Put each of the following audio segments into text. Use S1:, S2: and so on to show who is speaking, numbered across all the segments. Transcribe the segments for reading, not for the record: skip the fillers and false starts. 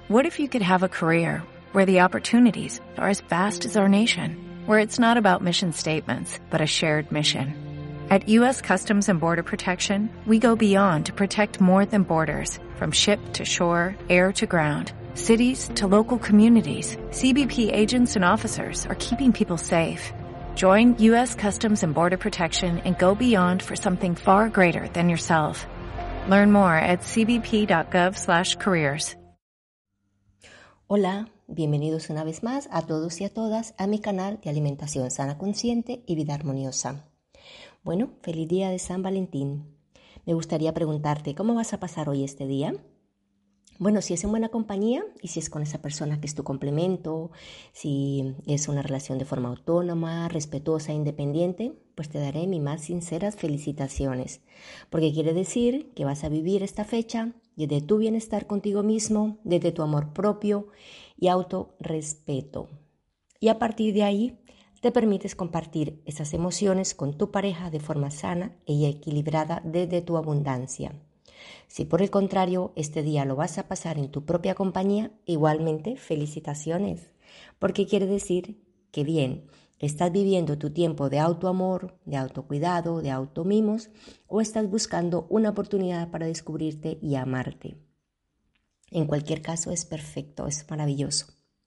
S1: What if you could have a career where the opportunities are as vast as our nation, where it's not about mission statements, but a shared mission? At U.S. Customs and Border Protection, we go beyond to protect more than borders, from ship to shore, air to ground, cities to local communities. CBP agents and officers are keeping people safe. Join U.S. Customs and Border Protection and go beyond for something far greater than yourself. Learn more at cbp.gov/careers.
S2: Hola, bienvenidos una vez más a todos y a todas a mi canal de alimentación sana consciente y vida armoniosa. Bueno, feliz día de San Valentín. Me gustaría preguntarte, ¿cómo vas a pasar hoy este día? Bueno, si es en buena compañía y si es con esa persona que es tu complemento, si es una relación de forma autónoma, respetuosa e independiente, pues te daré mis más sinceras felicitaciones, porque quiere decir que vas a vivir esta fecha desde tu bienestar contigo mismo, desde tu amor propio y autorrespeto. Y a partir de ahí, te permites compartir esas emociones con tu pareja de forma sana y equilibrada desde tu abundancia. Si por el contrario este día lo vas a pasar en tu propia compañía, igualmente felicitaciones, porque quiere decir que bien, estás viviendo tu tiempo de autoamor, de autocuidado, de automimos, o estás buscando una oportunidad para descubrirte y amarte. En cualquier caso es perfecto, es maravilloso.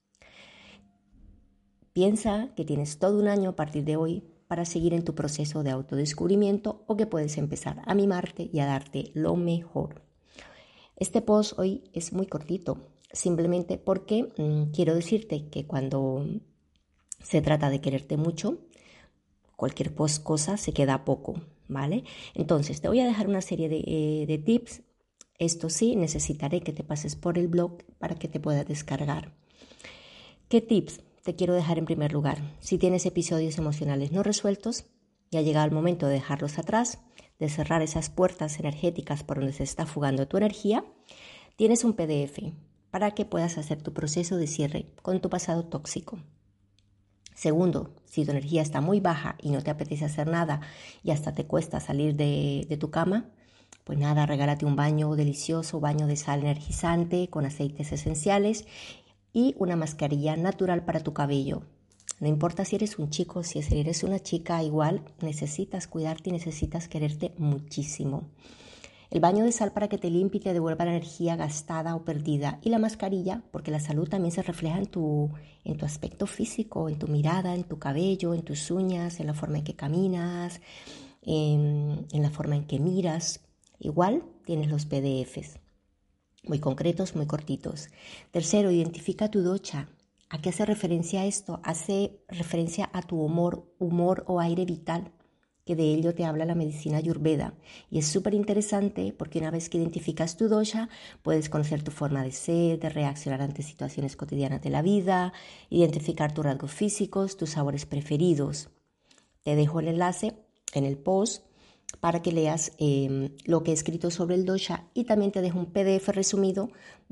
S2: Piensa que tienes todo un año a partir de hoy para seguir en tu proceso de autodescubrimiento o que puedes empezar a mimarte y a darte lo mejor. Este post hoy es muy cortito, simplemente porque quiero decirte que cuando se trata de quererte mucho, cualquier cosa se queda poco, ¿vale? Entonces te voy a dejar una serie de tips. Esto sí, necesitaré que te pases por el blog para que te puedas descargar. ¿Qué tips te quiero dejar en primer lugar? Si tienes episodios emocionales no resueltos, ya ha llegado el momento de dejarlos atrás, de cerrar esas puertas energéticas por donde se está fugando tu energía. Tienes un PDF para que puedas hacer tu proceso de cierre con tu pasado tóxico. Segundo, si tu energía está muy baja y no te apetece hacer nada y hasta te cuesta salir de tu cama, pues nada, regálate un baño delicioso, baño de sal energizante con aceites esenciales y una mascarilla natural para tu cabello. No importa si eres un chico, si eres una chica, igual necesitas cuidarte y necesitas quererte muchísimo. El baño de sal para que te limpie y te devuelva la energía gastada o perdida. Y la mascarilla, porque la salud también se refleja en tu aspecto físico, en tu mirada, en tu cabello, en tus uñas, en la forma en que caminas, en la forma en que miras. Igual tienes los PDFs, muy concretos, muy cortitos. Tercero, identifica tu dosha. ¿A qué hace referencia esto? Hace referencia a tu humor o aire vital, que de ello te habla la medicina Ayurveda. Y es súper interesante porque una vez que identificas tu dosha, puedes conocer tu forma de ser, de reaccionar ante situaciones cotidianas de la vida, identificar tus rasgos físicos, tus sabores preferidos. Te dejo el enlace en el post para que leas lo que he escrito sobre el dosha y también te dejo un PDF resumido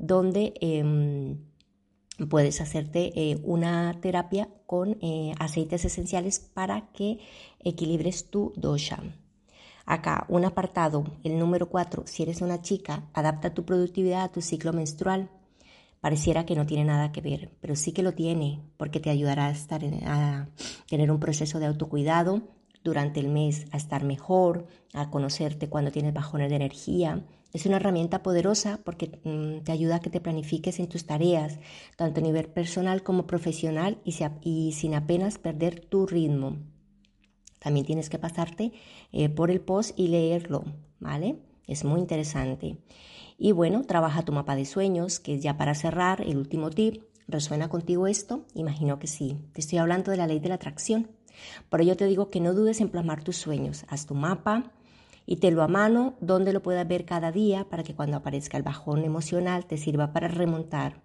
S2: donde puedes hacerte una terapia con aceites esenciales para que equilibres tu dosha. Acá un apartado, el número 4, si eres una chica, adapta tu productividad a tu ciclo menstrual. Pareciera que no tiene nada que ver, pero sí que lo tiene, porque te ayudará a tener un proceso de autocuidado durante el mes, a estar mejor, a conocerte cuando tienes bajones de energía. Es una herramienta poderosa porque te ayuda a que te planifiques en tus tareas, tanto a nivel personal como profesional y sin apenas perder tu ritmo. También tienes que pasarte por el post y leerlo, ¿vale? Es muy interesante. Y bueno, trabaja tu mapa de sueños, que es ya para cerrar, el último tip. ¿Resuena contigo esto? Imagino que sí. Te estoy hablando de la ley de la atracción. Por ello te digo que no dudes en plasmar tus sueños. Haz tu mapa y tenlo a mano donde lo puedas ver cada día para que cuando aparezca el bajón emocional te sirva para remontar.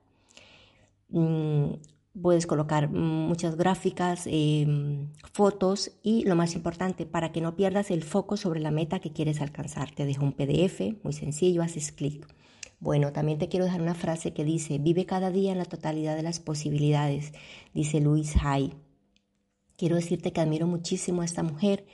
S2: Puedes colocar muchas gráficas, fotos y lo más importante, para que no pierdas el foco sobre la meta que quieres alcanzar. Te dejo un PDF muy sencillo, haces clic. Bueno, también te quiero dejar una frase que dice: vive cada día en la totalidad de las posibilidades, dice Louise Hay. Quiero decirte que admiro muchísimo a esta mujer.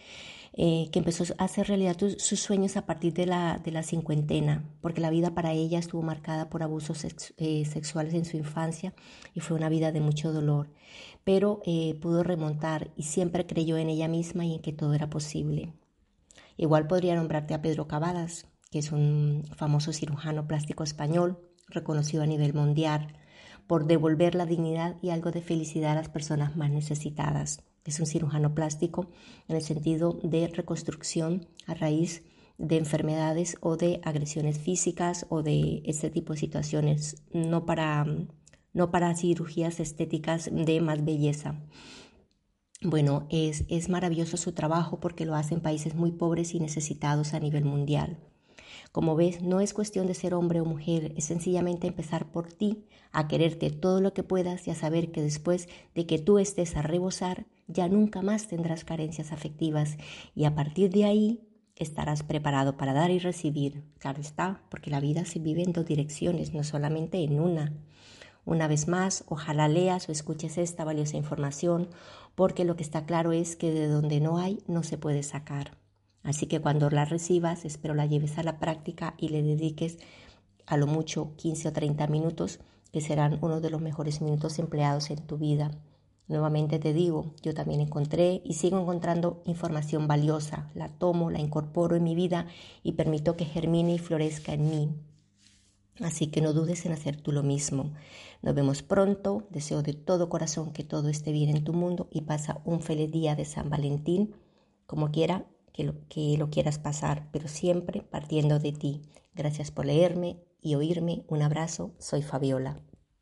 S2: que empezó a hacer realidad sus sueños a partir de la cincuentena, porque la vida para ella estuvo marcada por abusos sexuales en su infancia y fue una vida de mucho dolor, pero pudo remontar y siempre creyó en ella misma y en que todo era posible. Igual podría nombrarte a Pedro Cavadas, que es un famoso cirujano plástico español, reconocido a nivel mundial, por devolver la dignidad y algo de felicidad a las personas más necesitadas. Es un cirujano plástico en el sentido de reconstrucción a raíz de enfermedades o de agresiones físicas o de este tipo de situaciones, no para cirugías estéticas de más belleza. Bueno, es maravilloso su trabajo porque lo hace en países muy pobres y necesitados a nivel mundial. Como ves, no es cuestión de ser hombre o mujer, es sencillamente empezar por ti, a quererte todo lo que puedas y a saber que después de que tú estés a rebosar, ya nunca más tendrás carencias afectivas y a partir de ahí estarás preparado para dar y recibir. Claro está, porque la vida se vive en dos direcciones, no solamente en una. Una vez más, ojalá leas o escuches esta valiosa información, porque lo que está claro es que de donde no hay, no se puede sacar. Así que cuando la recibas, espero la lleves a la práctica y le dediques a lo mucho 15 o 30 minutos, que serán uno de los mejores minutos empleados en tu vida. Nuevamente te digo, yo también encontré y sigo encontrando información valiosa. La tomo, la incorporo en mi vida y permito que germine y florezca en mí. Así que no dudes en hacer tú lo mismo. Nos vemos pronto. Deseo de todo corazón que todo esté bien en tu mundo y pasa un feliz día de San Valentín, como quiera que lo quieras pasar, pero siempre partiendo de ti. Gracias por leerme y oírme. Un abrazo. Soy Fabiola.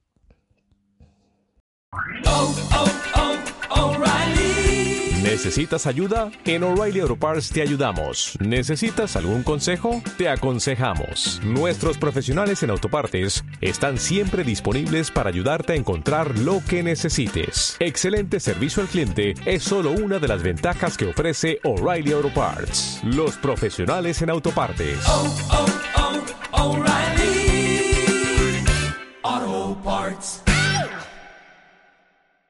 S3: ¿Necesitas ayuda? En O'Reilly Auto Parts te ayudamos. ¿Necesitas algún consejo? Te aconsejamos. Nuestros profesionales en autopartes están siempre disponibles para ayudarte a encontrar lo que necesites. Excelente servicio al cliente es solo una de las ventajas que ofrece O'Reilly Auto Parts. Los profesionales en autopartes.
S4: O'Reilly.